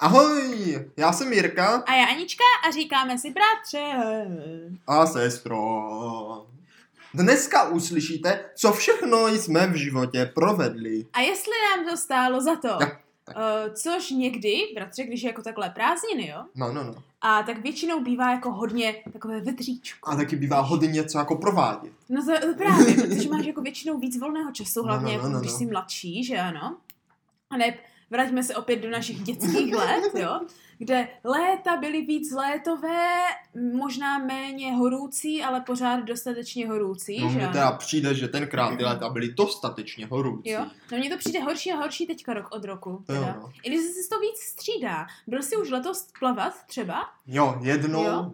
Ahoj, já jsem Jirka. A já Anička a říkáme si bratře. A sestro. Dneska uslyšíte, co všechno jsme v životě provedli. A jestli nám to stálo za to. Ja, což někdy, bratře, když je jako takhle prázdniny, jo? No. A tak většinou bývá jako hodně takové vedříčko. A taky bývá hodně něco jako provádět. No to právě, protože máš jako většinou víc volného času, hlavně No. když jsi mladší, že ano? A ne, vraťme se opět do našich dětských let, jo? Kde léta byly víc létové, možná méně horoucí, ale pořád dostatečně horoucí, No že mně ano? teda přijde, že tenkrát ty léta byly dostatečně horoucí. Jo, no mně to přijde horší a horší teďka rok od roku. To jo, Teda. no. I když se to víc střídá. Byl jsi už letos plavat třeba? Jo, jednou, Jo?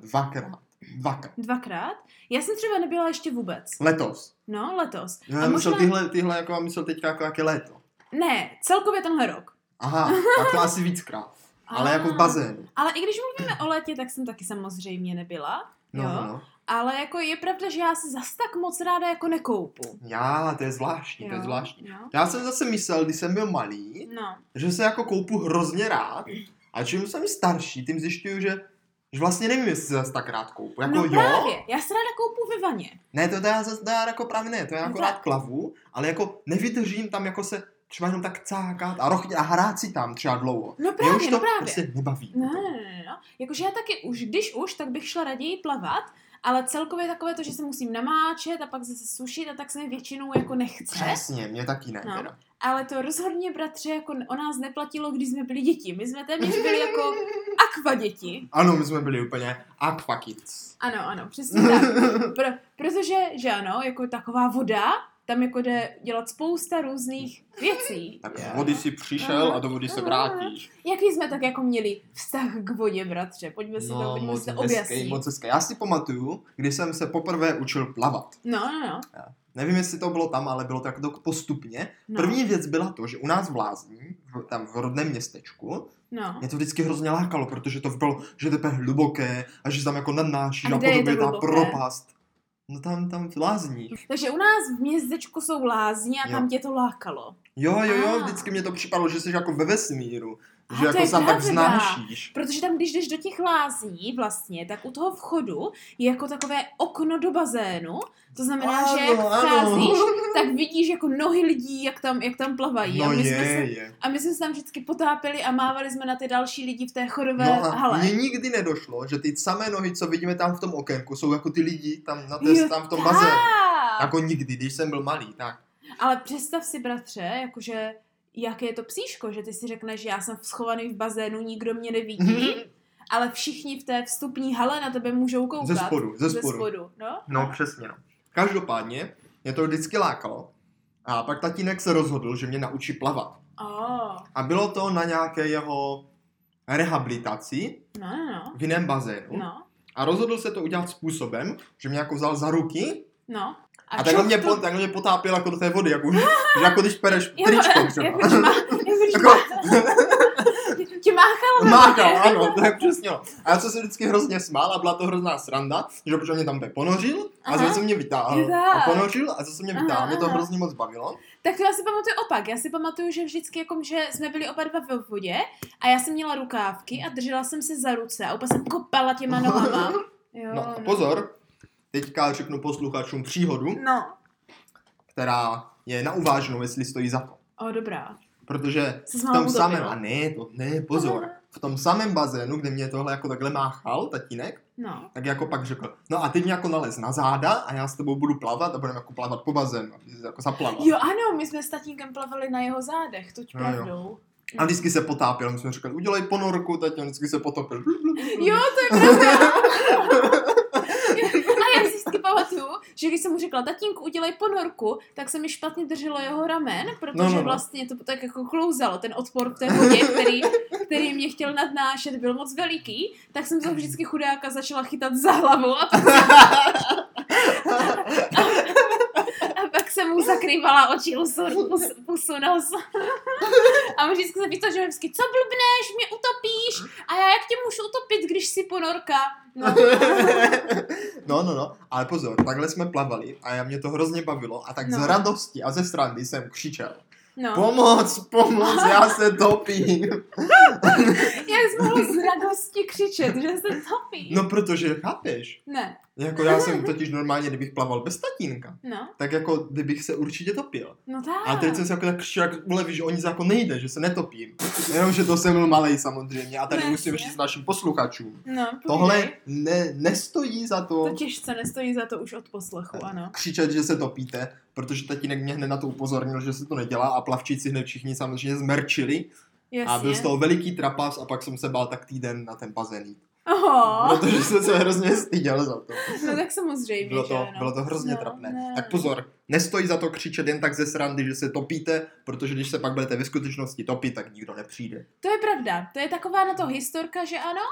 dvakrát. Já jsem třeba nebyla ještě vůbec. Letos. No, letos. Já myslel tyhle jako myslel teďka jako jaké léto. Ne, celkově tenhle rok. Aha, tak to asi víckrát. Ale jako v bazénu. Ale i když mluvíme o létě, tak jsem taky samozřejmě nebyla. Jo? No. Ale jako je pravda, že já se zas tak moc ráda jako nekoupu. Já, to je zvláštní, to je zvláštní. Jo? Já jsem zase myslel, když jsem byl malý, No. že se jako koupu hrozně rád. A čím jsem starší, tím zjišťuju, že vlastně nevím, jestli se zase tak rád koupu. Jako No jo? právě, já se ráda koupu ve vaně. Ne, to já jako právě ne, to já jako No rád klavu, ale jako nevydržím tam jako se třeba jenom tak cákat a rochně a hrát si tam třeba dlouho. No Mě právě, už to no právě. prostě nebaví. No. Jakože já taky když už, tak bych šla raději plavat, ale celkově takové to, že se musím namáčet a pak zase sušit a tak se mi většinou jako nechce. Přesně, mě taky ne. No. Teda. Ale to rozhodně, bratře, jako o nás neplatilo, když jsme byli děti. My jsme téměř byli jako aqua děti. Ano, my jsme byli úplně aqua kids. Ano, přesně tak. Protože, že ano, jako taková voda, tam jako jde dělat spousta různých věcí. Tak Jo. z vody si přišel a do vody se vrátíš. Jaký jsme tak jako měli vztah k vodě, bratře? Pojďme si to objasnit. Moc hezké. Já si pamatuju, když jsem se poprvé učil plavat. No. Nevím, jestli to bylo tam, ale bylo to jako postupně. No. První věc byla to, že u nás v Lázní, tam v rodném městečku, No. mě to vždycky hrozně lákalo, protože to bylo, že je teprve hluboké a že tam jako nadnášíš A a kde je potom to je ta hluboké? propast. No tam v Lázních. Takže u nás v městečku jsou lázně a Jo. tam tě to lákalo. Jo, Ah. vždycky mě to připadalo, že jsi jako ve vesmíru. A Že to jako je sám tak pravda. vznášíš. Protože tam, když jdeš do těch lázní vlastně, tak u toho vchodu je jako takové okno do bazénu. To znamená, že jak vcházíš, tak vidíš jako nohy lidí, jak tam plavají. No a my je. A my jsme se tam vždycky potápěli a mávali jsme na ty další lidi v té chodové No a hale. mně nikdy nedošlo, že ty samé nohy, co vidíme tam v tom okénku, jsou jako ty lidi tam, tam v tom bazénu. Tak. Jako nikdy, když jsem byl malý, tak. Ale představ si, bratře, jakože jaké je to psíško, že ty si řekneš, že já jsem schovaný v bazénu, nikdo mě nevidí, ale všichni v té vstupní hale na tebe můžou koukat. Ze spodu. No, přesně, no. Každopádně mě to vždycky lákalo a pak tatínek se rozhodl, že mě naučí plavat. Oh. A bylo to na nějaké jeho rehabilitaci No. v jiném bazénu. No. A rozhodl se to udělat způsobem, že mě jako vzal za ruky No. a takhle mě potápěl jako do té vody, jako, že jako když pereš tričko třeba. Tě máchal. Máchal, ano, tak přesně. A já jsem se vždycky hrozně smál a byla to hrozná sranda, že protože mě tam ponořil a zase mě vytáhl. A ponořil a zase mě vytáhl. Mě to hrozně moc bavilo. Tak to já si pamatuju opak. Já si pamatuju, že vždycky jako, že jsme byli oba dva ve vodě a já jsem měla rukávky a držela jsem se za ruce a úplně jsem kopala těma nohama. Jo, No a pozor, teďka řeknu posluchačům příhodu, která je na uváženou, jestli stojí za to. Dobrá. Protože Se v málo tom utopilo. samém, a ne, pozor, v tom samém bazénu, kde mě tohle jako takhle máchal, tatínek, No. tak jako pak řekl, no a teď mě jako nalez na záda a já s tebou budu plavat a budeme jako plavat po bazénu, aby se jako zaplavat. Jo, ano, my jsme s tatínkem plavili na jeho zádech, toť pravdou. A vždycky se potápěl, my jsme říkali, udělej ponorku, teď on vždycky se potopil. Jo, to je pravda. A já si vždycky pamatuju, že když jsem mu řekla, tatínku, udělej ponorku, tak se mi špatně drželo jeho ramen, protože vlastně to tak jako klouzalo, ten odpor v té vodě, který mě chtěl nadnášet, byl moc veliký, tak jsem to vždycky chudáka začala chytat za hlavu a pak jsem mu zakrývala oči, pusu, nos. A on vždycky se pýtal, že vždycky, co blbneš, mě utopíš? A já jak tě můžu utopit, když jsi ponorka? No, ale pozor, takhle jsme plavali a mě to hrozně bavilo a tak z radosti a ze srandy jsem křičel. No. Pomoc, já se topím. Já možnosti křičet, že se topí? No, protože chápeš. Ne. Jako já jsem totiž normálně, kdybych plaval bez tatínka, No. tak jako kdybych se určitě topil. No tak. A teď jsem si jako tak křičel, jak uleví, že oni jako nejde, že se netopím. Jenomže to jsem byl malej samozřejmě a tady musím ještě s našim posluchačům. No, Tohle nestojí za to. To těžce nestojí za to už od poslechu, ano. Křičet, že se topíte, protože tatínek mě hned na to upozornil, že se to nedělá a plavčíci hned všichni samozřejmě zmerčili. Jasně. A byl z toho veliký trapas a pak jsem se bál tak týden na ten bazén jít. Oho. Protože jsem se hrozně styděl za to. No tak samozřejmě, Bylo to hrozně no, trapné. Ne. Tak pozor, nestojí za to křičet jen tak ze srandy, že se topíte, protože když se pak budete ve skutečnosti topit, tak nikdo nepřijde. To je pravda. To je taková na to historka, že ano,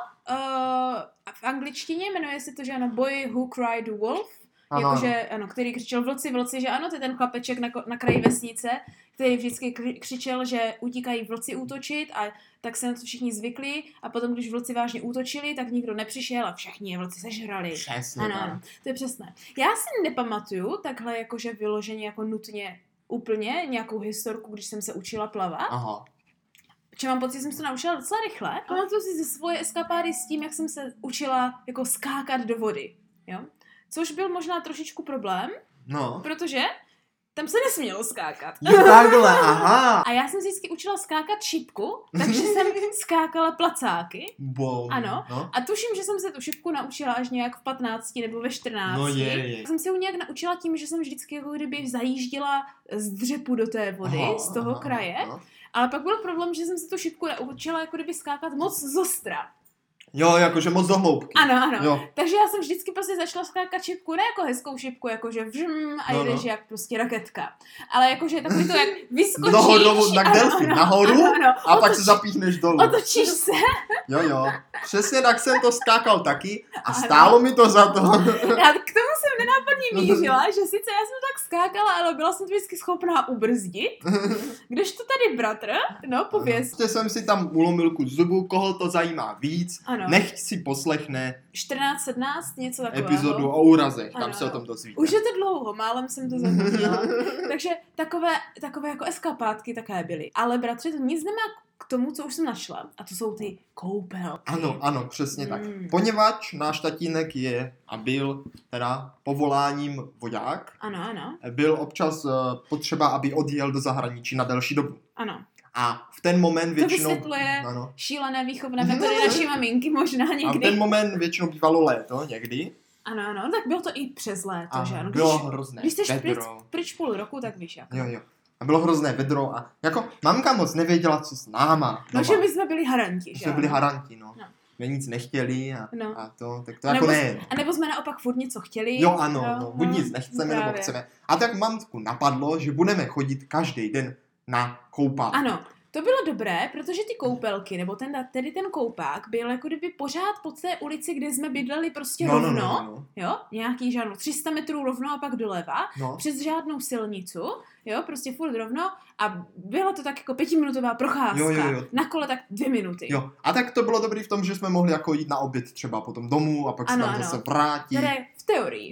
v angličtině jmenuje se to, že ano, Boy Who Cried Wolf. Jakože, ano, který křičel vlci, že ano, to je ten chlapeček na kraji vesnice, který vždycky křičel, že utíkají vlci útočit a tak se na to všichni zvykli a potom, když vlci vážně útočili, tak nikdo nepřišel a všichni je vlci sežrali. Přesně. Ano, to je přesné. Já si nepamatuju takhle jakože vyloženě jako nutně úplně nějakou historku, když jsem se učila plavat. Aha. Protože mám pocit, že jsem se naučila docela rychle. Pamatuju si ze svoje eskapády s tím, jak jsem se učila jako skákat do vody. Jo? Což byl možná trošičku problém, No. protože tam se nesmělo skákat. Jo, takhle, aha. A já jsem si vždycky učila skákat šipku, takže jsem skákala placáky. Bom. Ano. No. A tuším, že jsem se tu šipku naučila až nějak v 15 nebo ve 14. No je. Jsem se ji nějak naučila tím, že jsem vždycky jako kdyby zajížděla z dřepu do té vody, z toho kraje. Aha. Ale pak byl problém, že jsem se tu šipku naučila jako kdyby skákat moc zostra. Jo, jakože moc do hloubky. Ano. Jo. Takže já jsem vždycky prostě začala skákat šipku, ne jako hezkou šipku, jakože vžm a jdeš jak prostě raketka. Ale jakože takový to, jak vyskočíš. Nahoru, na delfín, nahoru a pak se zapíchneš dolů. Otočíš se. Jo. Přesně tak jsem to skákal taky a stálo mi to za to. A k tomu jsem nenápadně mířila, že sice já jsem tak skákala, ale byla jsem to vždycky schopná ubrzdit. Kdežto tady bratr, no pověz. Prostě jsem si tam ulomil kus zubu, koho to zajímá víc, nechť si poslechne 14-17, něco takového. Epizodu o úrazech, tam se o tom dozvíte. Už je to dlouho, málem jsem to zapomněla. Takže takové jako eskapátky také byly. Ale bratře, to nic nemá k tomu, co už jsem našla. A to jsou ty koupelky. Ano, přesně tak. Poněvadž náš tatínek je a byl teda povoláním voják. Ano. Byl občas potřeba, aby odjel do zahraničí na delší dobu. Ano. A v ten moment většinou... To vysvětluje šílené výchovné metody naší maminky možná někdy. A v ten moment většinou bývalo léto někdy. Ano, tak bylo to i přes léto, že ano. Bylo hrozné Když jsi vedro. pryč půl roku, tak víš jak. Jo. A bylo hrozné vedro a jako mamka moc nevěděla, co s náma. No, že my jsme byli haranti, že? My jsme byli haranti, no. My nic nechtěli a to, tak to jako ne. A nebo jsme naopak furt něco chtěli. Jo, ano, buď nic nechceme, nebo chceme. A tak mamku napadlo, že budeme chodit každý den na koupání. Ano. To bylo dobré, protože ty koupelky, nebo tedy ten koupák byl jako kdyby pořád po té ulici, kde jsme bydleli prostě rovno, no. Jo, nějaký žádnou 300 metrů rovno a pak doleva, přes žádnou silnicu, jo, prostě furt rovno a byla to tak jako 5minutová procházka, jo. na kole tak 2 minuty. Jo, a tak to bylo dobrý v tom, že jsme mohli jako jít na oběd třeba potom domů a pak se tam zase vrátit. Tedy v teorii.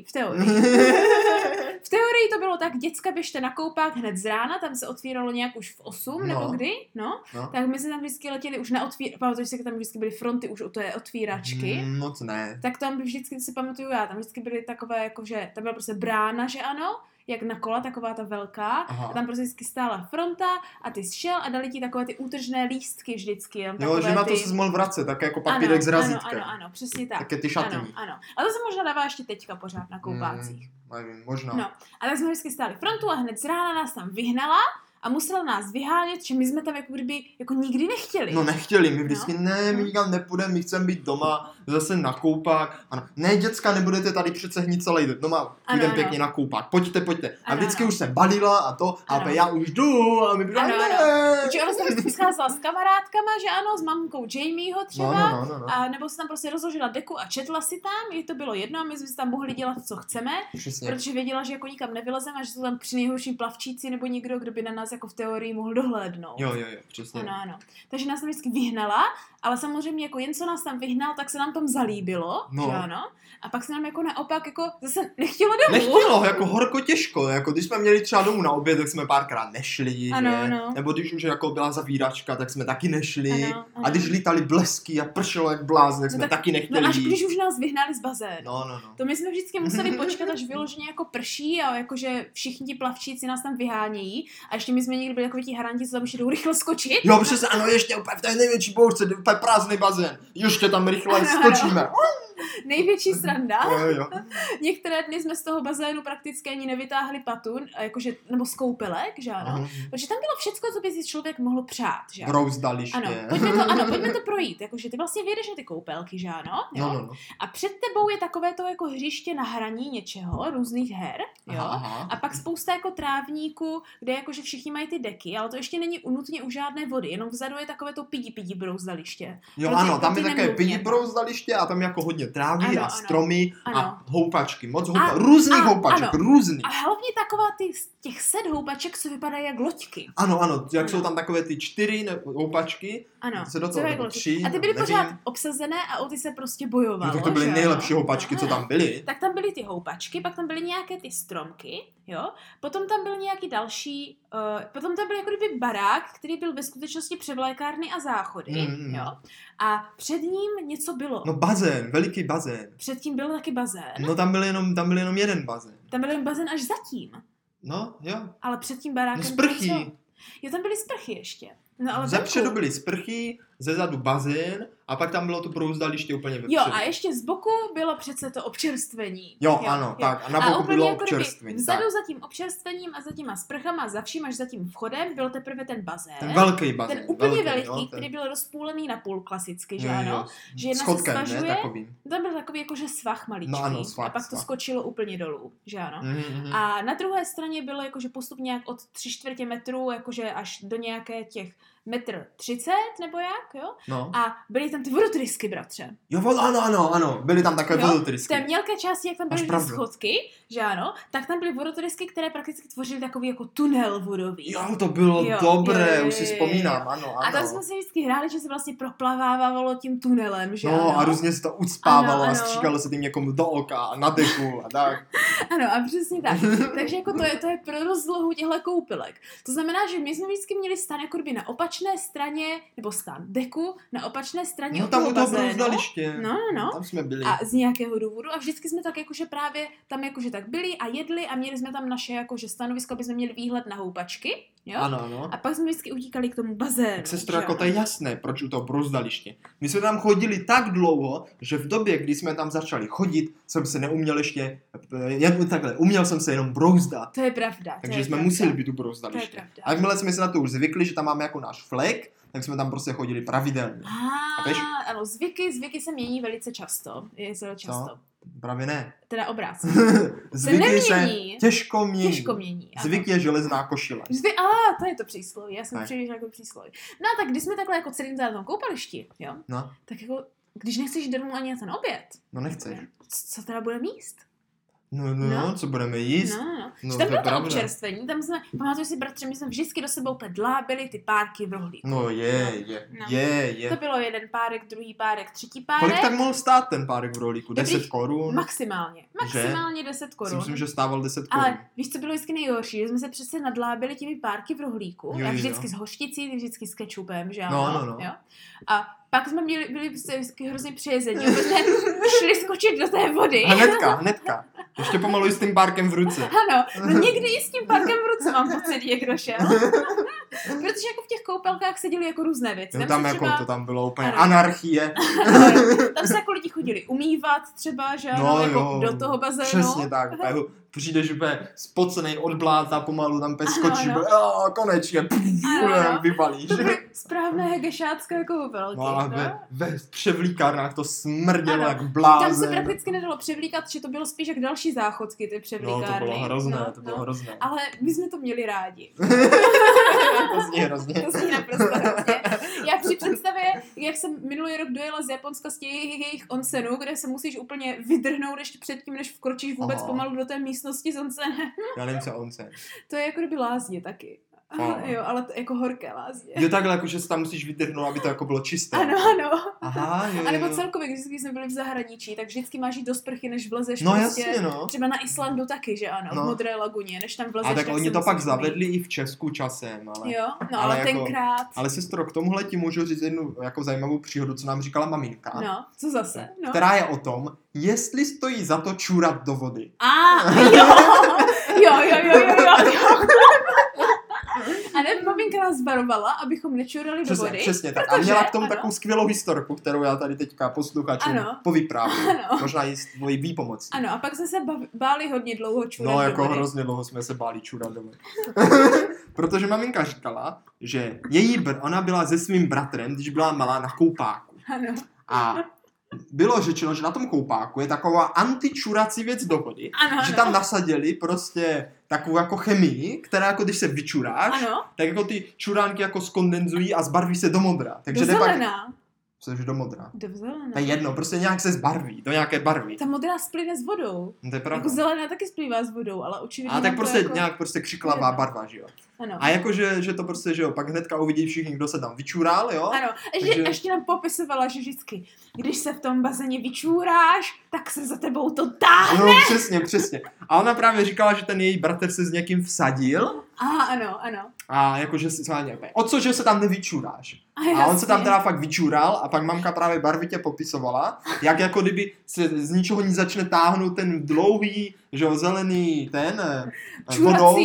V teorii to bylo tak, děcka běžte na koupák hned z rána, tam se otvíralo nějak už v 8 nebo kdy, tak my jsme tam vždycky letěli už na pamatuju si, že tam vždycky byly fronty už u té otvíračky. Moc ne. Tak tam vždycky, si pamatuju já, tam vždycky byly takové, jakože, tam byla prostě brána, že ano, jak na kola, taková ta velká. A tam prostě vždycky stála fronta a ty šel a dali ti takové ty útržné lístky vždycky. Jo, že na to se mohl vracet, tak jako papírek z razítkem. Ano, přesně tak. Také ty šatní. Ano. A to se možná dává ještě teďka pořád na koupácích. Nevím, možná. No, a tak jsme vždycky stáli frontu a hned z rána nás tam vyhnala a musela nás vyhánět, že my jsme tam jako kdyby jako nikdy nechtěli. No nechtěli, my vždycky my nikam nepůjdeme, my chceme být doma, zase na koupák. Ano, ne děcka, nebudete tady přece hnít celý den doma, půjdeme pěkně na koupák, pojďte. A vždycky už jsem balila a to, a já už jdu a my byla Protože ona se vždycky scházela s kamarádkama, že ano, s mamkou Jamieho třeba, no. A nebo se tam prostě rozložila deku a četla si tam, jí to bylo jedno, my jsme si tam mohli dělat, co chceme, protože věděla, že jako nikam nevylezeme a že jsou tam při nejhorší plavčíci nebo někdo, kdo by na nás nás jako v teorii mohl dohlédnout. Jo, přesně. Ano. Takže nás tam vždycky vyhnala, ale samozřejmě jako jen co nás tam vyhnal, tak se nám tam zalíbilo, že ano? A pak se nám jako naopak jako zase nechtělo domů. Nechtělo, jako horko těžko, jako když jsme měli třeba domů na oběd, tak jsme párkrát nešli, ano. Nebo když už jako byla zavíračka, tak jsme taky nešli. Ano. A když lítali blesky a pršelo jak blázen, tak jsme taky nechtěli. No až když už nás vyhnali z bazénu. No. To my jsme vždycky museli počkat, až vyloženě jako prší a jakože všichni ti plavčíci nás tam vyhánějí a ještě my jsme někdy byli jako ti haranti, co tam ještě jdou rychle skočit. Jo, přesně, ano, ještě úplně v té největší bouřce, úplně prázdný bazén. Ještě tam rychle skočíme. Největší sranda. Jo. Některé dny jsme z toho bazénu prakticky ani nevytáhli patun, jakože, nebo z koupelek, že ano. Protože tam bylo všecko, co by si člověk mohl přát, že ano. Brouzdaliště. Pojďme to projít, jakože ty vlastně vyjedeš na ty koupelky, že ano. No. A před tebou je takové to jako hřiště na hraní něčeho, různých her, jo. Aha. A pak spousta jako trávníků, kde jakože všichni mají ty deky, ale to ještě není nutně u žádné vody, jenom vzadu je takové to pidi brouzdaliště. Jo, ano, tam je také pidi brouzdaliště a tam jako hodně tráví a stromy a houpačky, různých houpaček, různých. A hlavně taková těch 7 houpaček, co vypadají jak loďky. Ano, jak jsou tam takové ty 4 houpačky, se do toho nebo 3. A ty byly pořád obsazené a o ty se prostě bojovalo. No, to byly nejlepší houpačky, co tam byly. Tak tam byly ty houpačky, pak tam byly nějaké ty stromky, jo. Potom tam byl nějaký další, potom tam byl jako kdyby barák, který byl ve skutečnosti převlékárny a záchody, jo. A před ním něco bylo. No bazén, veliký bazén. Předtím byl taky bazén. No tam byl jenom jeden bazén. Tam byl jen bazén až zatím. No, jo. Ale před tím barákem... No sprchy. Jo, tam byly sprchy ještě. No, ale zepředu byly sprchy, zezadu bazén a pak tam bylo to brouzdaliště úplně vepředu. Jo, a ještě z boku bylo přece to občerstvení. Jo, ano, tak. A na boku bylo občerstvení. Vzadu za tím občerstvením a za těma sprchama, za vším až za tím vchodem byl teprve ten bazén. Ten velký bazén. Ten úplně veliký, který byl rozpůlený na půl klasicky, že ano? Že jedna se svažuje, tam byl takový jakože svah maličký. No ano, svah, a pak to skočilo úplně dolů, že ano? A na druhé straně bylo jakože postupně nějak od 3/4 metru, jakože až do nějaké těch 1,30 m nebo jak, jo? No. A byly tam ty vodotrysky, bratře. Jo, ano, byly tam takové vodotrysky. V té mělké části, jak tam byly ty schodky, že ano, tak tam byly vodotrysky, které prakticky tvořily takový jako tunel vodový. Jo, to bylo dobré, už si vzpomínám, ano. A tam jsme si vždycky hráli, že se vlastně proplavávalo tím tunelem, že ano. No, a různě se to ucpávalo a stříkalo se tím někomu do oka a na deku a tak. Ano, a přesně tak. Takže jako to je pro rozlohu těchto koupelek. To znamená, že my jsme vždycky měli stan jako kdyby na opačné straně, nebo stan deku, na opačné straně od toho bazénu. No. Tam jsme byli. A z nějakého důvodu. A vždycky jsme tak jakože právě tam jakože tak byli a jedli a měli jsme tam naše jakože stanovisko, aby jsme měli výhled na houpačky. Jo? Ano. A pak jsme vždycky utíkali k tomu bazénu. Tak sestro, jako to je jasné, proč u toho brouzdaliště. My jsme tam chodili tak dlouho, že v době, kdy jsme tam začali chodit, jsem se neuměl ještě, uměl jsem se jenom brouzdat. To je pravda. Takže jsme museli být u brouzdaliště. A jakmile jsme se na to už zvykli, že tam máme jako náš flek, tak jsme tam prostě chodili pravidelně. Ano, zvyky se mění velice často. Co? Právě ne. Teda obraz. Zvyky se těžko mění. Ano. Zvyk je železná košile. To je to přísloví. Já jsem přijde jako přísloví. No tak když jsme takhle jako celý den na tom koupališti, jo? No. Tak jako, když nechceš jít domů ani na ten oběd. No nechceš. Co teda budeme jíst? No, co budeme jíst? No, tam bylo to občerstvení, tam jsme, pamatuju si, bratře, my jsme vždycky do sebou pedlábili ty párky v rohlíku. No je. To bylo jeden párek, druhý párek, třetí párek. Kolik tak mohl stát ten párek v rohlíku? 10 korun? Maximálně 10 korun. Myslím, že stával 10 korun. Ale víš, co bylo vždycky nejhorší? Že jsme se přece nadlábili těmi párky v rohlíku. Jo. Vždycky s hořticí, vždycky s kečupem, že ano? No. Jo? A pak jsme byli vždycky hrozně přejezení, protože jsme šli skočit do té vody. Hnedka. Ještě pomalu i s tím párkem v ruce. Ano, no někdy i s tím párkem v ruce mám pocit, jak došel. Protože jako v těch koupelkách se děly jako různé věci. No, tam jako třeba... to tam bylo úplně anarchie. Tam se jako lidi chodili umývat třeba, že ano, jako do toho bazénu. Přesně tak. Přijdeš úplně spocenej od bláta, pomalu tam skočíš, konečně, vybalíš. To byly správné hegešácké koupelky. No a ve převlíkárnách to smrdělo jak blázen. Tam se prakticky nedalo převlíkat, že to bylo spíš jak další záchodky, ty převlíkárny. No, to bylo hrozné. Ale my jsme to měli rádi. To zní hrozně. To zní naprosto hrozně. Já při představě, jak jsem minulý rok dojela z Japonska z těch jejich onsenů, kde se musíš úplně vydrhnout ještě předtím, než vkročíš vůbec pomalu do té místnosti z onsene. Já nevím, co onsen. To je jako kdyby lázně taky. Jo, ale to jako horké lázně. Jo, takhle, jako, že se tam musíš vytrhnout, aby to jako bylo čisté. Ano. Aha, jo. A nebo celkově, když jsme byli v zahraničí, tak vždycky máš jít do sprchy, než vlezeš No prostě. jasně, no. Třeba na Islandu taky, že ano, v Modré laguně, než tam vlezeš. A tak oni to pak zavedli i v Česku časem, ale... Jo, no ale jako, tenkrát... Ale sestro, k tomuhle ti můžu říct jednu jako zajímavou příhodu, co nám říkala maminka. No, co zase? No. Která je o tom, jestli stojí za to čůrat do vody. Jo. A ne, maminka nás varovala, abychom nečurali do vody. Přesně tak. A měla k tomu takovou skvělou historku, kterou já tady teďka posluchačům povyprávím. Možná i s tvojí výpomocí. Ano, a pak jsme se báli hodně dlouho čurat do jako vody. hrozně dlouho jsme se báli čurat do vody. Protože maminka říkala, že ona byla se svým bratrem, když byla malá, na koupáku. Ano. A bylo řečeno, že na tom koupáku je taková antičurací věc do vody, že tam nasadili prostě takovou jako chemii, která jako když se vyčuráš, tak jako ty čuránky jako skondenzují a zbarví se do modra. Takže do zelená. Což do modra. Do zelená. To je jedno, prostě nějak se zbarví, do nějaké barvy. Ta modrá splyne s vodou. No to je pravda. Jako zelená taky splývá s vodou, ale očividně. A tak prostě jako... nějak prostě křiklavá barva, že jo. Ano. A jakože, že to prostě, že jo, pak hnedka uvidí všichni, kdo se tam vyčural, jo. Ano, ještě nám popisovala, že vždycky, když se v tom bazéně vyčůráš, tak se za tebou to táhne. No, přesně. A ona právě říkala, že ten její bratr se s někým vsadil. Ano. A jakože si o co, že se tam nevyčuráš. A on se tam teda fakt vyčural a pak mamka právě barvitě popisovala, jak jako kdyby se z ničeho nic začne táhnout ten dlouhý, že jo, zelený ten vodou,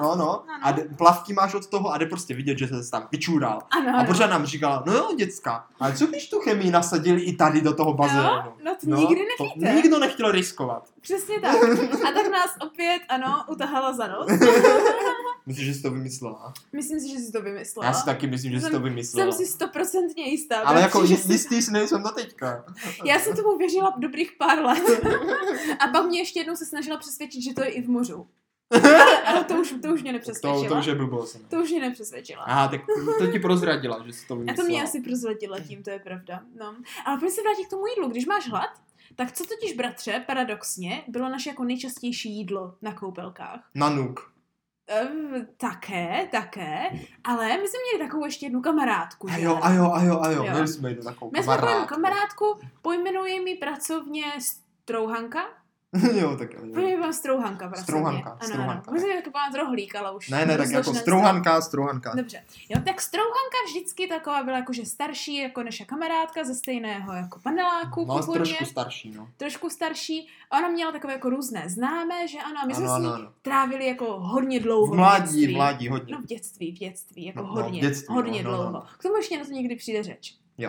a plavky máš od toho a jde prostě vidět, že se tam vyčural. Ano. A pořád nám říkala, no jo, děcka, ale co když tu chemii nasadili i tady do toho bazénu? No to nikdy nevíte. To nikdo nechtěl riskovat. Přesně tak. A tak nás opět, utahala za nos. Myslíš, že jsi to vymyslela? Myslím si, že jsi to vymyslela. Já si taky myslím, že jsi to vymyslela. Jsem si 100% jistá. Ale jako jistý si nejsem do teďka. Já jsem tomu věřila dobrých pár let. A pak mě ještě jednou se snažila přesvědčit, že to je i v mořu. Ale to už mě nepřesvědčila. To už je blbost. To už mě nepřesvědčila. Aha, tak to ti prozradila, že jsi to vymyslela. A to mě asi prozradila tím, to je pravda. No. Ale pojď se vrátit k tomu jídlu. Když máš hlad, tak co totiž, bratře, paradoxně, bylo naše jako nejčastější jídlo na koupelkách? Nanuk. Také, ale my jsme měli takovou ještě jednu kamarádku. A jo, měli jsme jednu takovou kamarádku. My jsme takovou kamarádku, pojmenuje mi pracovně Strouhanka. Jo, tak jo. Pojmenuje Strouhanka pracovně. Strouhanka. Myslím, že taková rohlík, ale už... Ne, tak jako Strouhanka. Dobře. Jo, tak Strouhanka vždycky taková byla jakože starší, jako naša kamarádka ze stejného jako paneláku. No, trošku starší, no. Trošku starší. A ona měla takové jako různé známé, že ano, my jsme s ní trávili jako hodně dlouho. V mládí hodně. No v dětství, jako hodně dlouho. No. K tomu ještě na to někdy přijde řeč. Jo.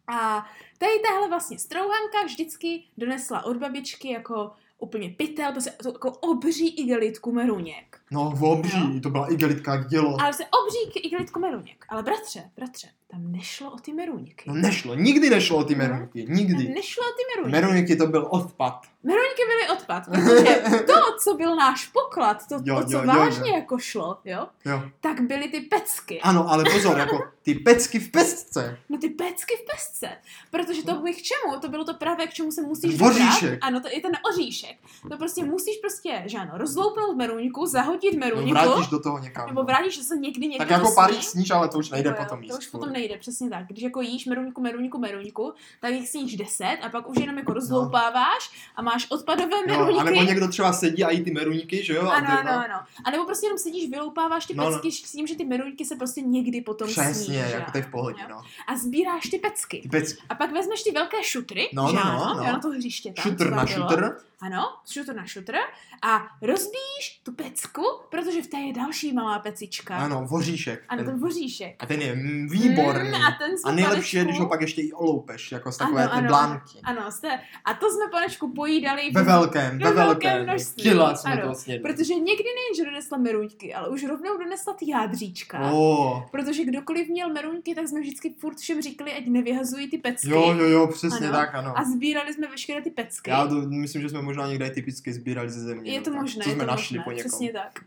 A tady tahle vlastně Strouhanka vždycky donesla od babičky jako úplně pytel, prostě to jako obří igelitku meruněk. No, obří, to byla igelitka jak dělo. Ale se obří igelitku meruněk. Ale bratře, tam nešlo o ty meruňky. No nikdy nešlo o ty meruňky, nikdy. Nešlo o ty meruňky. Meruňky to byl odpad. Meruňky byly odpad, protože to, co byl náš poklad, co vážně jako šlo, jo, tak byly ty pecky. Ano, ale pozor, jako ty pecky v pecce. No ty pecky v pecce, protože to bylo k čemu? To bylo to právě, k čemu se musíš oříšek. Ano, to je ten oříšek. To prostě musíš že ano, rozloupnout meruňku, zahodit meruňku. No, vrátíš do toho někam. Nebo vrátíš se někdy tak jako pár jich sníš, ale to už nejde potom jíst. To už potom nejde, přesně tak. Když jako jíš meruňku, tak jich sníš 10 a pak už jenom jako rozloupáváš a máš odpadové meruňky. A nebo někdo třeba sedí a jí ty meruňky, že jo? Ano. A nebo prostě jenom sedíš, vyloupáváš ty pecky s tím, že ty meruňky se prostě někdy potom sníš. Přesně, jako to je v pohodě, no. A sbíráš ty pecky. A pak vezmeš ty velké šutry, na to hřiště tam. Šutr na šutr. Ano, šutr na šutr. A rozbíjíš tu pecku, protože v té je další malá pecička. Ano, voříšek. Ano, ten voříšek. A ten je výborný. A nejlepší je, když ho pak ještě i oloupeš, jako z takové ty blánky. Ano, a to jsme panečku pojídali ve velkém množství. Kila jsme to snědli. Protože někdy nejen, že donesla meruňky, ale už rovnou donesla ty jádříčka. Protože kdokoliv měl meruňky, tak jsme vždycky furt všem říkali, ať nevyhazují ty pecky. Jo, přesně tak, ano. A sbírali jsme veškeré ty pecky. Já to myslím, že jsme možná někde typicky sbírali ze země. Je to možné, co jsme našli po někom. Přesně tak.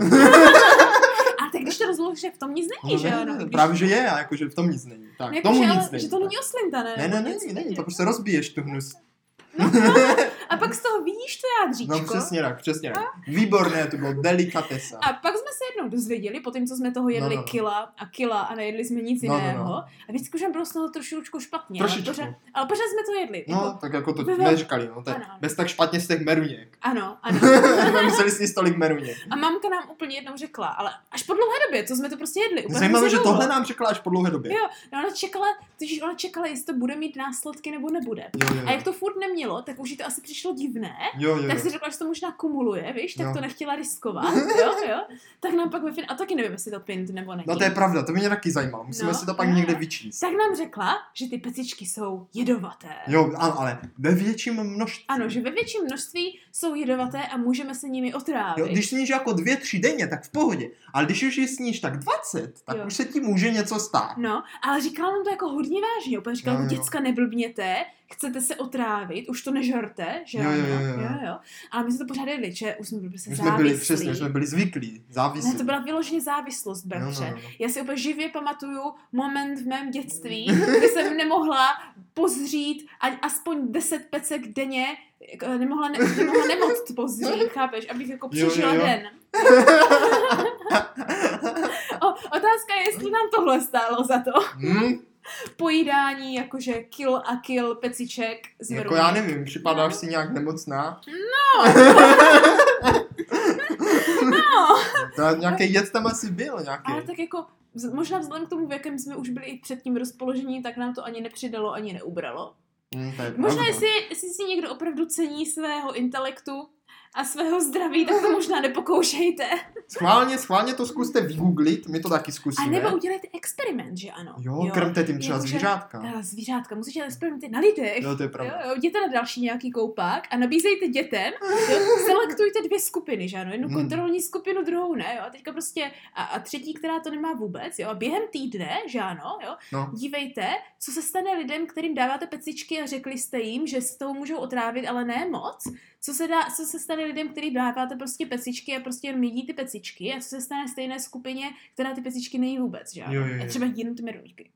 A tak když to rozložíš, v tom nic není, že ano? Právě, že je, a jakože v tom nic není. Tak, jako, tomu že, nic není. Že to není oslinta, ne? Ne, není, to prostě rozbiješ tu hnus. No. A pak z toho vidíš to jádříčko. No přesně tak. Výborné, to bylo delikatesa. A pak jsme se jednou dozvěděli, po tom, co jsme toho jedli kila a nejedli jsme nic jiného. A vždycky už nám bylo z toho trošičku špatně. Ale pořád jsme to jedli. No, jako, tak jako to neříkali, no. Bez tak špatně z těch meruněk. Ano. Jsme museli sníst tolik meruněk. A mamka nám úplně jednou řekla, ale až po dlouhé době, co jsme to prostě jedli. Zajímavé, že tohle nám řekla až po dlouhé době. Jo, no ona čekala, jestli to bude mít následky nebo nebude. Jo. A jak to furt nemělo, tak už jí to asi přišlo divné. Jo. Tak si řekla, že to možná kumuluje, víš, tak to nechtěla riskovat. Jo. Tak nám pak a taky nevím, jestli to pint nebo není. No to je pravda, to mě taky zajímalo. Musíme si to pak někde vyčíst. Tak nám řekla, že ty pecičky jsou jedovaté. Jo, ale ve větším množství. Ano, že ve větším množství jsou jedovaté a můžeme se nimi otrávit. Jo, když sníš jako 2-3 denně, tak v pohodě. Ale když už je sníš tak 20, tak už se ti může něco stát. No, ale říkala nám to jako hodně vážně. Úplně říkala, děcka, neblbněte, chcete se otrávit, už to nežerte, že jo. Ale my jsme to pořád jedli, že už jsme byli závislí. Jsme byli zvyklí, závislí. Ne, to byla vyloženě závislost, bratře. No. Já si úplně živě pamatuju moment v mém dětství, kdy jsem nemohla pozřít aspoň 10 pecek denně, nemohla nemoc pozřít, chápeš, abych jako přežila den. Otázka je, jestli nám tohle stálo za to. Pojídání, jakože kil peciček z meruněk. Jako já nevím, připadáš si nějak nemocná? No. To nějaký jed tam asi byl nějaký. Ale tak jako, možná vzhledem k tomu, v jakém jsme už byli i před tím rozpoložením, tak nám to ani nepřidalo, ani neubralo. Možná, jestli si někdo opravdu cení svého intelektu a svého zdraví, tak to možná nepokoušejte. Schválně to zkuste vygooglit, my to taky zkusíme. A nebo udělejte experiment, že ano. Jo, krmte tím třeba zvířátka. Zvířátka, musíte dělat experimenty na lidech. Jo, to je pravda. Jo, jděte na další nějaký koupák a nabízejte dětem, selektujte 2 skupiny, že ano, jednu kontrolní skupinu, druhou ne, jo, a teďka prostě a třetí, která to nemá vůbec, jo, a během týdne, že ano, jo, dívejte, co se stane lidem, kterým dáváte pecičky a řekli jste jim, že se toho můžou otrávit, ale ne moc. Co se stane lidem, který dáváte prostě pecičky a prostě jenom jedí ty pecičky, a co se stane stejné skupině, která ty pecičky nejí vůbec, že jo? A třeba jenom ty meruňky.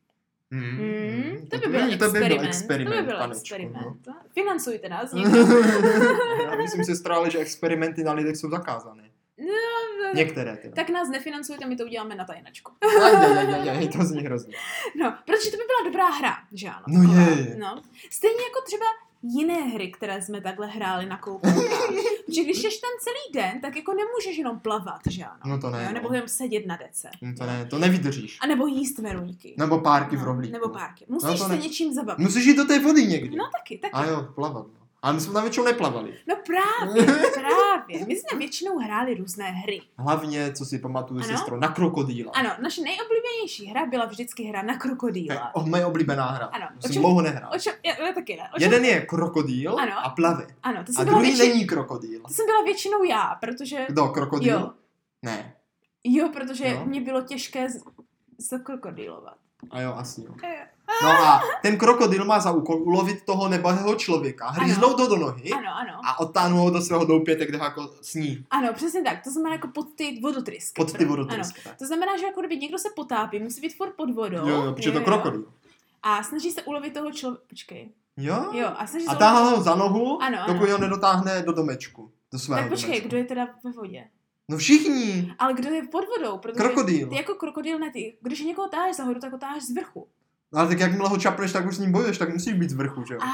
To by byl experiment. No. Financujte nás. Já myslím si strále, že experimenty na lidech jsou zakázané. Některé teda. Tak nás nefinancujte, my to uděláme na tajnačku. To zní hrozně. No, protože to by byla dobrá hra, že ano? No je. No. Stejně jako třeba jiné hry, které jsme takhle hráli na koupelkách. Protože když ješ ten celý den, tak jako nemůžeš jenom plavat, že ano? No to ne. Nebo jenom sedět na dece. To ne, to nevydržíš. A nebo jíst meruňky. Nebo párky v rohlíku. Nebo párky. Musíš se něčím zabavit. Musíš jít do té vody někdy. No taky. A jo, plavat. Ale my jsme tam většinou neplavali. No právě. My jsme většinou hráli různé hry. Hlavně, co si pamatuju, sestro, na krokodýla. Ano, naše nejoblíbenější hra byla vždycky hra na krokodýla. Moje oblíbená hra. Ano. Jsem dlouho nehrál. Já taky ne. Jeden je krokodýl a plave. Ano, a druhý není krokodýl. To jsem byla většinou já, protože... Kdo, krokodýl? Jo. Ne. Jo, protože mě bylo těžké zakrokodýlovat. A jo, asi jo. No a ten krokodýl má za úkol ulovit toho nebahého člověka, hříznout ho do nohy a odtáhnout ho do svého doupěte, kde ho jako sní. Ano, přesně tak. To znamená jako pod ty vodotrysky. Pod ty vodotrysky, tak. To znamená, že jako kdyby někdo se potápí, musí být furt pod vodou. Jo, protože to krokodýl. A snaží se ulovit toho člověka. Počkej. Jo? A táhá ho za nohu, dokud ho nedotáhne do domečku. Do svého tak počkej, domečku. Kdo je teda ve vodě? No všichni. Ale kdo je pod vodou? Protože krokodýl. Ty jako krokodýl ne, ty. Když někoho táháš za hodu, tak ho táháš z vrchu. Ale tak jakmile ho čapneš, tak už s ním bojuješ, tak musíš být z vrchu, že jo?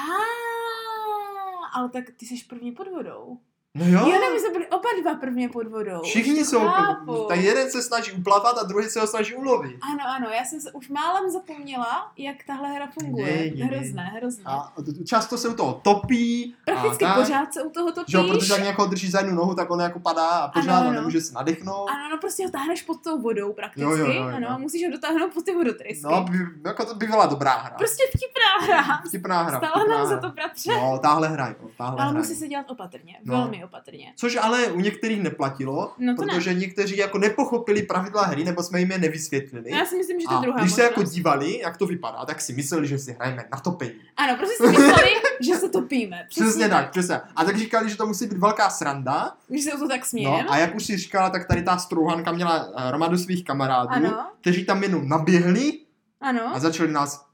Ale tak ty jsi první pod vodou. No jo. Jo, my jsme byli oba dva prvně pod vodou. Všichni jsou tak jeden se snaží uplavat a druhý se ho snaží ulovit. Ano, já jsem se už málem zapomněla, jak tahle hra funguje. Hrozné. A často se u toho topí. Prakticky pořád se u toho topíš. Jo, protože jak někoho drží za jednu nohu, tak on jako padá a pořád a nemůže se nadechnout. Ano, prostě ho táhneš pod tou vodou prakticky. Jo. Ano, musíš ho dotáhnout pod ty vodotrysky. No, jako to by byla dobrá hra. Prostě vtipná hra. Stála nám za to, bratře. No, tahle hra, jo. Ale musí se dělat opatrně, velmi opatrně. Což ale u některých neplatilo, protože někteří jako nepochopili pravidla hry, nebo jsme jim je nevysvětlili. Já si myslím, že to druhá když se jako dívali, jak to vypadá, tak si mysleli, že si hrajeme na topení. Ano, prostě si mysleli, že se topíme. Přesně tak. A tak říkali, že to musí být velká sranda. Že se o to tak smějeme. No, a jak už si říkala, tak tady ta strouhanka měla hromadu svých kamarádů, kteří tam jenom naběhli a začali nás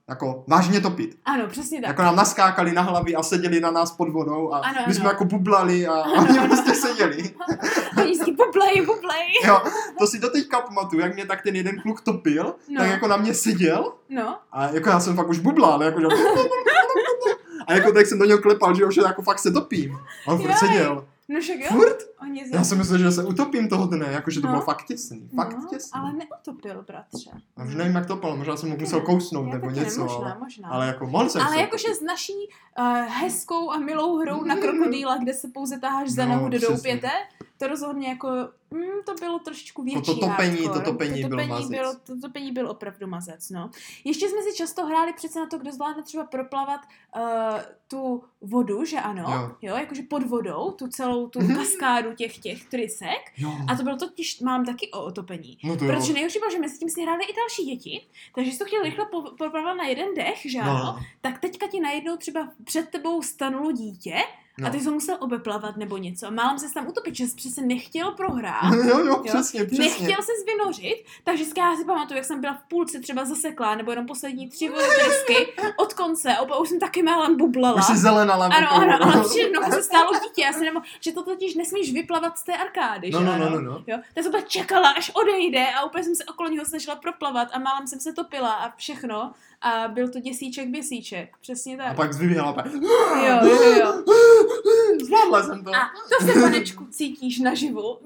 jako vážně topit. Ano, přesně tak. Jako nám naskákali na hlavy a seděli na nás pod vodou a ano, my jsme jako bublali a oni prostě seděli. Oni vždycky bublej. Jo, to si doteďka pamatuju, jak mě tak ten jeden kluk topil, tak jako na mě seděl a jako já jsem fakt už bublal, jakože a jako tak jsem do něho klepal, že už jako fakt se topím. A on furt seděl. No však jo. Furt? Já jsem myslel, že se utopím toho dne, jakože to bylo fakt těsný. Fakt těsný. Ale neutopil, bratře. A už nevím, jak to bylo, možná jsem mu musel kousnout nebo něco. Možná. Ale jako mohl jsem ale jakože s naší hezkou a milou hrou na krokodýla, kde se pouze taháš za nohu do doupěte, to rozhodně jako, to bylo trošičku větší to topení byl opravdu mazec, no. Ještě jsme si často hráli přece na to, kdo zvládne třeba proplavat tu vodu, že ano, jo jakože pod vodou, tu celou tu kaskádu těch trysek. A to bylo totiž, mám taky o otopení. No protože nejhorší bylo, že mezi tím si hráli i další děti, takže jsi to chtěl rychle proplavat na jeden dech, že ano, tak teďka ti najednou třeba před tebou stanulo dítě, a ty jsi ho musel obeplavat nebo něco. Málem se tam utopit, že jsi přece nechtěl prohrát. Jo, přesně. Nechtěl se vynořit, takže já si pamatuju, jak jsem byla v půlce třeba zaseklá, nebo jenom poslední 3 vodotrysky od konce, a už jsem taky málem bublala. Už jsi zelenala. Ano, ale všechno se stálo dítě. Já si že to totiž nesmíš vyplavat z té arkády, že ano? No. Jo? Tak jsem čekala, až odejde a úplně jsem se okolo něho snažila proplavat a málem jsem se topila a všechno. A byl to děsíček. Přesně tak. A pak vyběhala. Jo. Zvládla jsem to. A to se, panečku, cítíš naživu.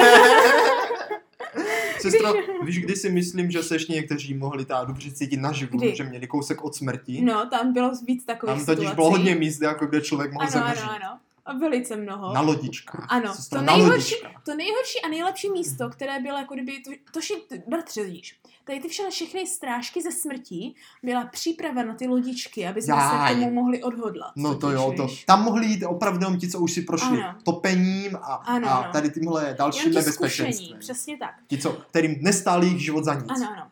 Sestro, víš, kdy si myslím, že se ještě někteří mohli dobře cítit naživu, že měli kousek od smrti? No, tam bylo víc takových situací. Tam totiž bylo hodně míst, jako kde člověk mohl zemřít. Ano. A velice mnoho. Na lodičkách. Ano, to nejhorší a nejlepší místo, které bylo jako kdyby, bratře, vidíš, tady ty všechny strážky ze smrtí byla příprava na ty lodičky, aby jsme se k tomu mohli odhodlat. No to jo, tam mohli jít opravdu ti, co už si prošli topením a tady tímhle dalším nebezpečenstvím. Přesně tak. Ti, kterým nestáli jich život za nic. Ano.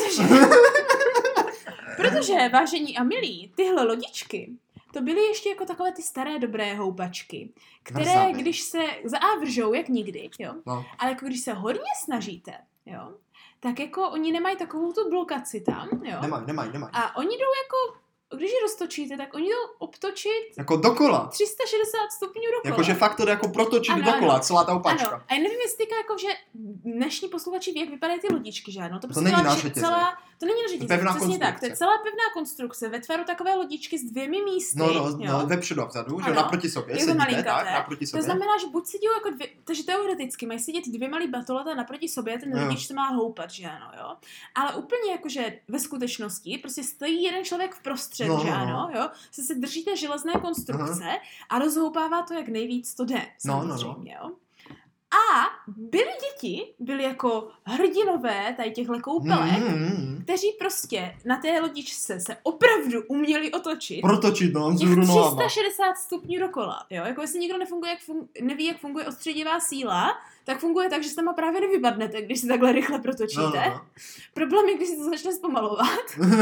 Protože, vážení a milí, tyhle lodičky, to byly ještě jako takové ty staré dobré houpačky, které když se vržou jak nikdy, jo, ale jako když se hodně snažíte, jo, tak jako oni nemají takovou tu blokaci tam, jo. Nemají. A oni jdou jako, když je roztočíte, tak oni jdou obtočit jako dokola. 360 stupňů dokola. Jakože fakt to jde jako protočit dokola, celá ta opačka. Ano. A nevím, jestli jako, že dnešní posluchači ví, jak vypadají ty lodičky, že ano? To není na řetěze. To není na řetěze, přesně tak. To je celá pevná konstrukce ve tvaru takové lodičky s 2 místy. No, vepředu a vzadu, že naproti sobě sedíte, tak, naproti sobě. To znamená, že buď sedí jako takže teoreticky mají sedět 2 malý batolata naproti sobě, ten lodič se má houpat, že ano, jo. Ale úplně jakože ve skutečnosti prostě stojí jeden člověk v prostřed, že ano, jo. Se držíte železné konstrukce a rozhoupává to, jak nejvíc to jde, samozřejmě, jo. A byli jako hrdinové tady těchto koupelek, kteří prostě na té lodičce se opravdu uměli otočit. Protočit, těch 360 stupňů dokola, jo. Jako jestli někdo neví, jak funguje odstředivá síla, tak funguje tak, že se tam právě nevypadnete, když si takhle rychle protočíte. No. Problém je, když si to začne zpomalovat.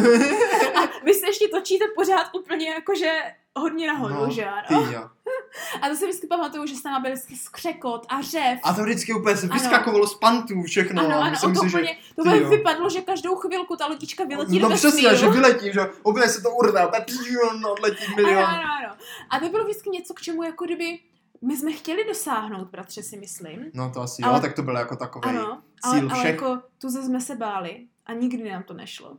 A vy se ještě točíte pořád úplně jakože hodně nahoru, že ano? A to se vždycky pamatuju, že tam byl vždycky skřekot a řev. A to vždycky úplně se vyskakovalo z pantů všechno. Ano, to úplně vypadlo, že každou chvilku ta lodička vyletí do vesmíru. No přesně, že vyletí, že úplně se to urve, odletí milion. Ano. A to bylo vždycky něco, k čemu jako kdyby my jsme chtěli dosáhnout, bratře, si myslím. No to asi jo, tak to bylo jako takový cíl všech. Ale jako tu jsme se báli a nikdy nám to nešlo.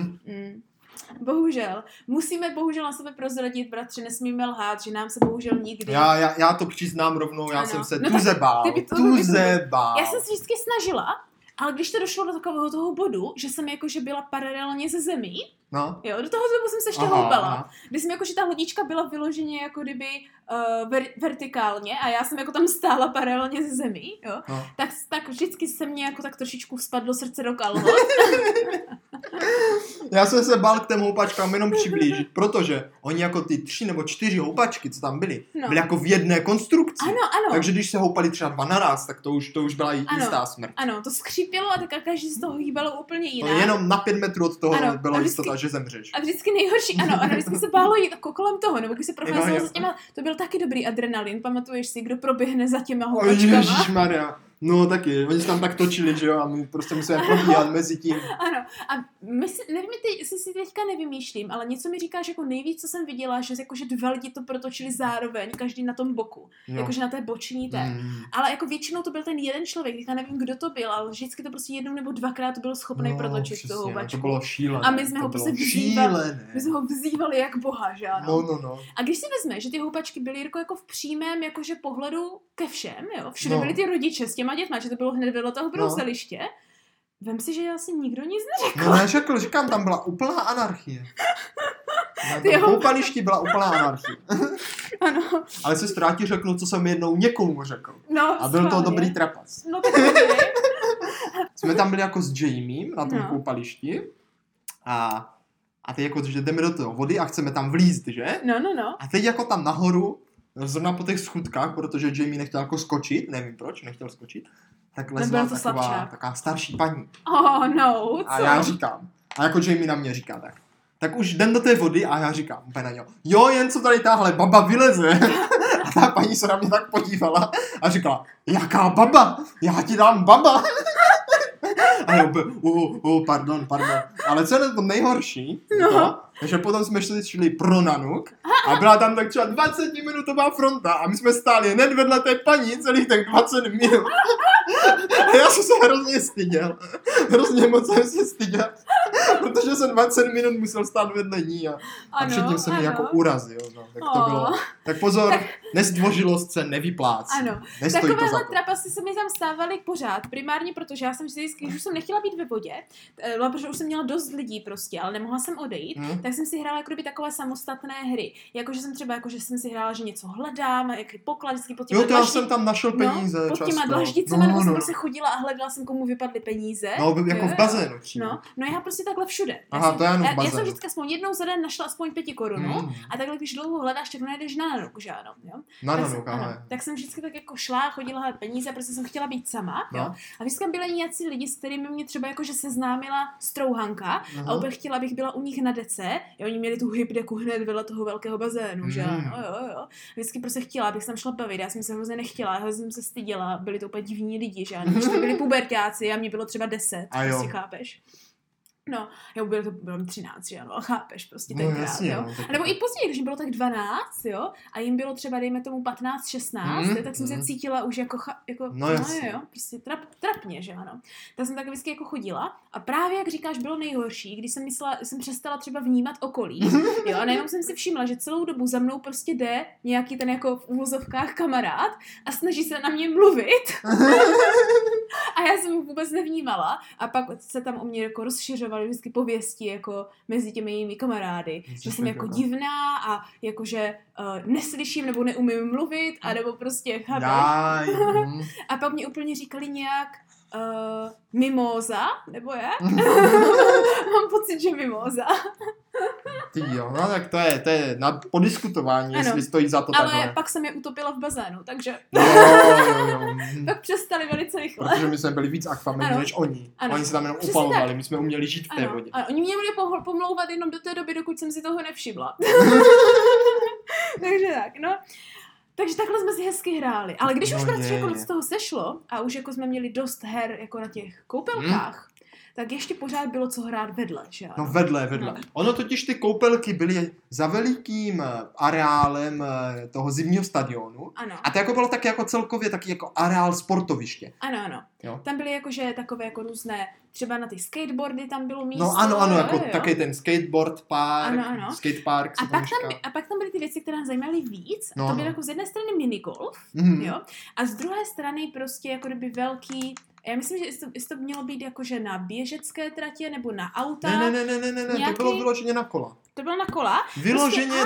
Bohužel. Musíme na sebe prozradit, bratře, nesmíme lhát, že nám se bohužel nikdy... Já to přiznám rovnou, já jsem se tuze bál. Já jsem se vždycky snažila, ale když to došlo do takového toho bodu, že jsem jakože byla paralelně ze zemí, jo, do toho dobu jsem se ještě houpala. Když jsem jakože ta lodička byla vyloženě jako kdyby vertikálně a já jsem jako tam stála paralelně ze zemí, jo, tak vždycky se mě jako tak trošičku spadlo srdce do kalhot. Já jsem se bál k těm houpačkám jenom přiblížit, protože oni jako ty 3 nebo 4 houpačky, co tam byly jako v jedné konstrukci. Ano. Takže když se houpali třeba 2 naraz, tak to už byla jistá smrt. Ano, to skřípělo a tak každý z toho hýbalo úplně jinak. To jenom na 5 metrů od toho byla jistota, že zemřeš. A vždycky nejhorší, a vždycky se bálo jít jako kolem toho, nebo když se procházelo za těma, to byl taky dobrý adrenalin, pamatuješ si, kdo proběhne za těma houpačkama? Ježišmarja. No taky, oni se tam tak točili, že jo, a my prostě musíme probíhat mezi tím. Ano, a nevím, jestli si teďka nevymýšlím, ale něco mi říkáš jako nejvíc, co jsem viděla, že jakože 2 lidi to protočili zároveň, každý na tom boku, jakože na té boční té. Ale jako většinou to byl ten jeden člověk, teďka nevím, kdo to byl, ale vždycky to prostě 1 nebo 2krát to byl schopný protočit přesně, toho houpačku. To bylo šílené. A my jsme ho prostě vzývali jak boha, že ano. No. A když si vezme, že ty houpačky byly jako v přímém jakože pohledu ke všem, jo, všude byli ty rodiče s těma dětma, že to bylo hned vedle toho brouzeliště. Vem si, že asi nikdo nic neřekl. No neřekl, říkám, tam byla úplná anarchie. Na tom koupališti byla úplná anarchie. Ano. Ale sestra, ti řeknu, co jsem jednou někomu řekl. No, a byl to dobrý trapas. No tak Jsme tam byli jako s Jamiem na tom koupališti a teď jako, že jdeme do toho vody a chceme tam vlízt, že? No. A teď jako tam nahoru, zrovna po těch schůdkách, protože Jamie nechtěl jako skočit, nevím proč, nechtěl skočit, tak lezla taková starší paní. Oh no, co? A já říkám, a jako Jamie na mě říká tak už jdem do té vody a já říkám úplně na něho, jo, jen co tady tahle baba vyleze. A ta paní se na mě tak podívala a říkala, jaká baba? Já ti dám baba. A já pardon. Ale co je to nejhorší, že potom jsme šli pro Nanuk a byla tam tak třeba 20-minutová fronta a my jsme stáli hned vedle té paní celých těch 20 minut. A já jsem se hrozně styděl. Hrozně moc jsem se styděl. Protože jsem 20 minut musel stát vedle ní a předtím jsem mi jako urazil. No. Tak to bylo. Tak pozor, nezdvořilost se nevyplácí. Ano, takovéhle trapasy se mi tam stávaly pořád. Primárně protože já jsem vždycky, když už jsem nechtěla být ve vodě, protože už jsem měla dost lidí prostě, ale nemohla jsem odejít, tak jsem si hrála jako kdyby takové samostatné hry. Jakože jsem třeba, jakože jsem si hrála, že něco hledám, jaký poklad, vždycky pod těma dlaždicema. Jo, to já jsem tam našel peníze často. Pod těma dlaždicema, nebo jsem prostě chodila a hledala jsem, komu vypadly peníze. No, jako v bazénu přímo. No, já prostě takhle všude. Já jsem vždycky aspoň jednou za den našla aspoň 5 korun. A takhle, když dlouho hledáš, tak najdeš na Nanuk, že ano. Jo? Na Nanuk, tak jsem vždycky tak jako šla, chodila hledat peníze, protože jsem chtěla být sama. Jo? A vždycky byli nějací lidi, s kterými mě třeba jakože seznámila strouhanka a opět chtěla, abych byla u nich na dece. Jo, oni měli tu hybdeku hned vedle toho velkého bazénu, že ano. Jo. Vždycky prostě chtěla, abych tam šla bavit. Já jsem se hrozně nechtěla, hrozně jsem se styděla. Byli to úplně divní lidi, že ano. Když to byli puberťáci a mě bylo třeba 10, prostě chápeš. No, bylo mi 13, že ano, chápeš, prostě tenkrát, jasně, jo. A nebo i později, když jim bylo tak 12, jo, a jim bylo třeba, dejme tomu 15, 16, tak jsem se cítila už jako jo, prostě trapně, že ano. Tak jsem tak vždycky jako chodila a právě, jak říkáš, bylo nejhorší, když jsem přestala třeba vnímat okolí, jo, a najednou jsem si všimla, že celou dobu za mnou prostě jde nějaký ten jako v uvozovkách kamarád a snaží se na mě mluvit. A já jsem ho vůbec nevnímala a pak se tam o mě jako rozšiřovaly vždycky pověsti jako mezi těmi jejími kamarády, že jsem jako divná a jakože neslyším nebo neumím mluvit a nebo prostě chápeš. A pak mě úplně říkali nějak mimóza, nebo jak? Mám pocit, že mimóza. Ty jo, no tak to je na podiskutování, jestli stojí za to takhle. Ale pak jsem je utopila v bazénu, takže jo. Tak přestali velice rychle. Protože my jsme byli víc akvamení než oni. Ano. Oni se tam jenom upalovali, my jsme uměli žít v té vodě. Ano. Oni mě měli pomlouvat jenom do té doby, dokud jsem si toho nevšimla. Takže tak, no. Takže takhle jsme si hezky hráli. Ale když už prostě jako z toho sešlo a už jako jsme měli dost her jako na těch koupelkách, tak ještě pořád bylo co hrát vedle, že ano? No vedle. No. Ono totiž ty koupelky byly za velikým areálem toho zimního stadionu. Ano. A to jako bylo taky jako celkově taky jako areál sportoviště. Ano. Jo. Tam byly jakože takové jako různé, třeba na ty skateboardy tam bylo místo. No ano, jako taky ten skateboard park, skatepark. A pak tam byly ty věci, které nás zajímaly víc. A to bylo jako z jedné strany minigolf, jo? A z druhé strany prostě jako kdyby velký. Já myslím, že to mělo být jakože na běžecké tratě nebo na auta. Ne, to bylo vyloženě na kola. To bylo na kola? Vyloženě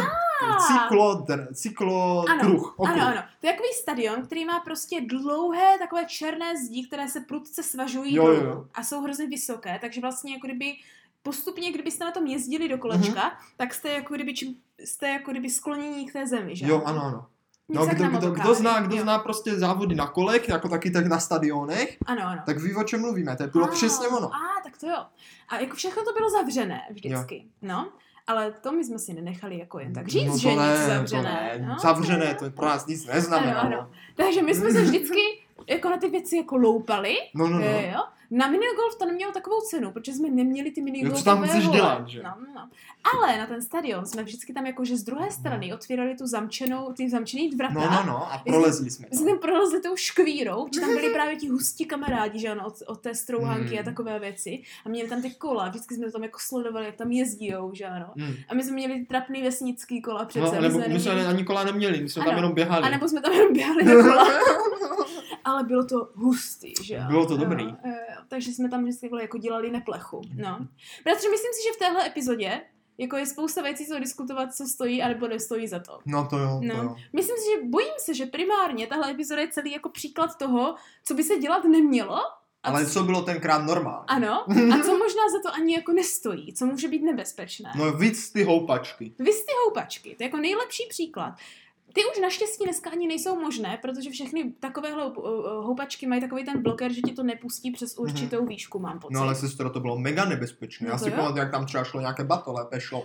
cyklokruh. Ano. To je takový stadion, který má prostě dlouhé takové černé zdi, které se prudce svažují dolů a jsou hrozně vysoké, takže vlastně jako kdyby postupně, kdybyste na tom jezdili do kolečka, tak jste jako kdyby sklonění k té zemi, že? Jo, ano. No, kdo zná prostě závody na kolech, jako taky tak na stadionech, ano. Tak ví, o čem mluvíme, to bylo přesně ono. Tak to jo. A jako všechno to bylo zavřené vždycky, no. Ale to my jsme si nenechali jako jen tak říct, že nic zavřené. Zavřené, to pro nás nic neznamenalo. Ano. Takže my jsme se vždycky jako na ty věci jako loupali. No. Jo. Na minigolf to nemělo takovou cenu, protože jsme neměli ty minigolfové co tam musíš hole. dělat, že? No. Ale na ten stadion jsme vždycky tam jakože z druhé strany otvírali ty zamčený dvrata. No, a prolezli jsme jsme tam prolezli tou škvírou, že tam byli právě ti hustí kamarádi, že ano, od té strouhanky a takové věci. A měli tam ty kola, vždycky jsme to tam jako sledovali, jak tam jezdíjou, že ano. A my jsme měli trapný vesnický kola přece. No, nebo my jsme ani kola neměli, my jsme tam jenom běhali. A nebo jsme tam jenom běhali na kola. Ale bylo to hustý, že jo. Bylo to dobrý. Takže jsme tam vždycky jako dělali neplechu, no. Protože myslím si, že v téhle epizodě jako je spousta věcí, co diskutovat, co stojí, anebo nestojí za to. No to jo. Myslím si, že bojím se, že primárně tahle epizoda je celý jako příklad toho, co by se dělat nemělo. Ale co bylo tenkrát normální. Ano. A co možná za to ani jako nestojí, co může být nebezpečné. No víc ty houpačky. To je jako nejlepší příklad. Ty už naštěstí dneska ani nejsou možné, protože všechny takovéhle houpačky mají takový ten bloker, že ti to nepustí přes určitou výšku, mám pocit. No ale sestro, to bylo mega nebezpečné. No já si pamatuju, jak tam třeba šlo nějaké batole, šlo.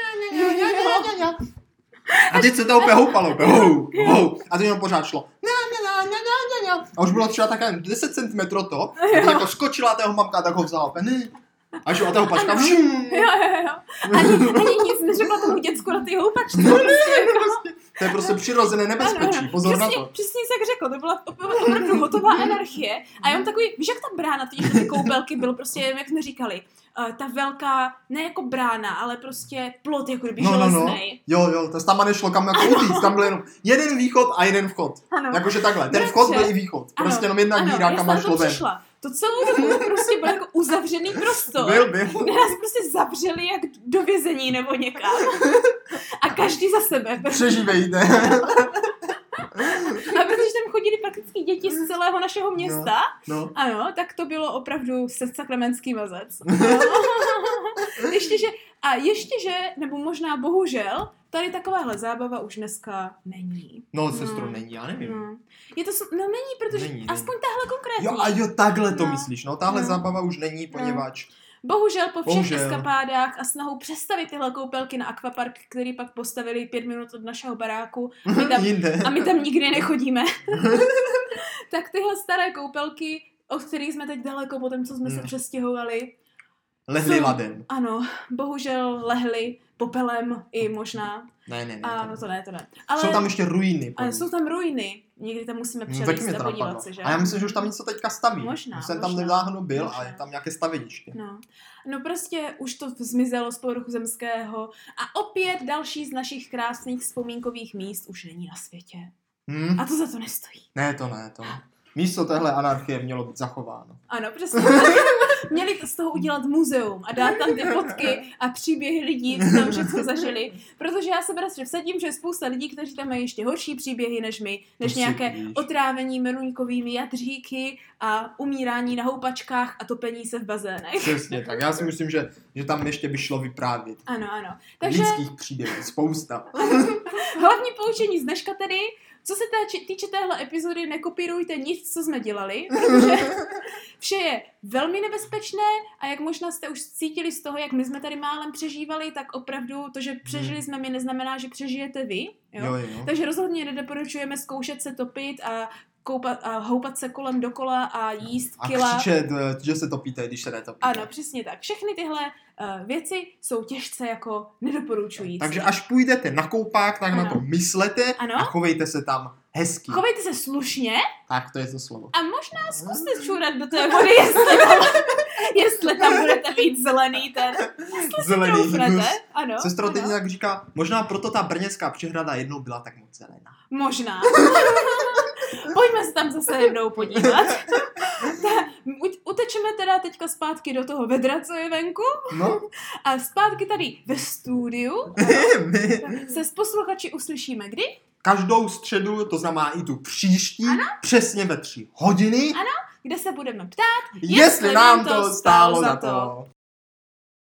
A teď se to úplně houpalo. A teď jenom pořád šlo. A už bylo třeba také 10 cm to. A teď jako skočila tého mamka, tak ho vzala. A že a ta houpačka. Jo. Ani nic neřekla tomu děcku na ty houpačky. To je prostě přirozené nebezpečí. Pozor na to. Přesně jak řekl, to byla opravdu hotová anarchie. A jenom takový, víš, jak ta brána, ty koupelky byl prostě, jak jsme říkali, ta velká, ne jako brána, ale prostě plot, jako kdyby železnej. Jo, to tam nešlo kam jako utíct, tam byl jenom jeden východ a jeden vchod. Jakože takhle, ten vchod byl i východ. Prostě jenom jedna díra, kam šlo ven. To celou dobu prostě byl jako uzavřený prostor. Byl. Kde nás prostě zavřeli jak do vězení nebo někam. A každý za sebe. Přežívejte. A protože tam chodili prakticky děti z celého našeho města, no. Ano, tak to bylo opravdu saklementský mazec. Ještě, nebo možná bohužel, tady takováhle zábava už dneska není. No, sestro, není, já nevím. Není, protože aspoň tahle konkrétně. Jo, takhle to myslíš, tahle zábava už není, poněvadž... Bohužel po všech eskapádách a snahou přestavit tyhle koupelky na akvapark, který pak postavili 5 minut od našeho baráku a my tam nikdy nechodíme, tak tyhle staré koupelky, od kterých jsme teď daleko po tom, co jsme se přestěhovali, lehli ladem. Ano, bohužel lehli popelem i možná. Ne. To ne. Ale jsou tam ještě ruiny. Ale jsou tam ruiny. Někdy tam musíme přelíst a podívat se, že? A já myslím, že už tam něco teďka staví. Možná. Jsem tam nedávno byl a je tam nějaké staveniště. No prostě už to zmizelo z povrchu zemského a opět další z našich krásných vzpomínkových míst už není na světě. A to za to nestojí. Ne, to ne. Místo téhle anarchie mělo být zachováno. Ano, přesně. Měli to z toho udělat muzeum a dát tam ty fotky a příběhy lidí, co tam všechno zažili. Protože já se prostě vsadím, že je spousta lidí, kteří tam mají ještě horší příběhy než my, než nějaké otrávení meruňkovými jadříky a umírání na houpačkách a topení se v bazénech. Přesně tak. Já si myslím, že tam ještě by šlo vyprávět. Ano. Takže... lidských příběhů, spousta. Hlavní poučení z dneška tedy, co se týče téhle epizody, nekopírujte nic, co jsme dělali, protože vše je velmi nebezpečné a jak možná jste už cítili z toho, jak my jsme tady málem přežívali, tak opravdu to, že přežili jsme my, neznamená, že přežijete vy. Jo? Takže rozhodně nedoporučujeme zkoušet se topit a houpat se kolem dokola a jíst kila. A křičet, že se topíte, když se netopíte. Ano, přesně tak. Všechny tyhle věci jsou těžce jako nedoporučující. Takže až půjdete na koupák, tak na to myslete a chovejte se tam hezky. Chovejte se slušně. Tak, to je to slovo. A možná zkuste čůrat do té vody, jestli tam budete mít zelený ten. Zelený hnus. Ano. Sestro teď nějak říká, možná proto ta brněnská přehrada jednou byla tak moc zelená. Možná. Pojďme se tam zase jednou podívat. Utečeme teda teďka zpátky do toho vedra, co je venku. No. A zpátky tady ve studiu se s posluchači uslyšíme kdy? Každou středu, to znamená i tu příští, přesně ve 3 hodiny. Ano, kde se budeme ptát, jestli nám to stálo za to.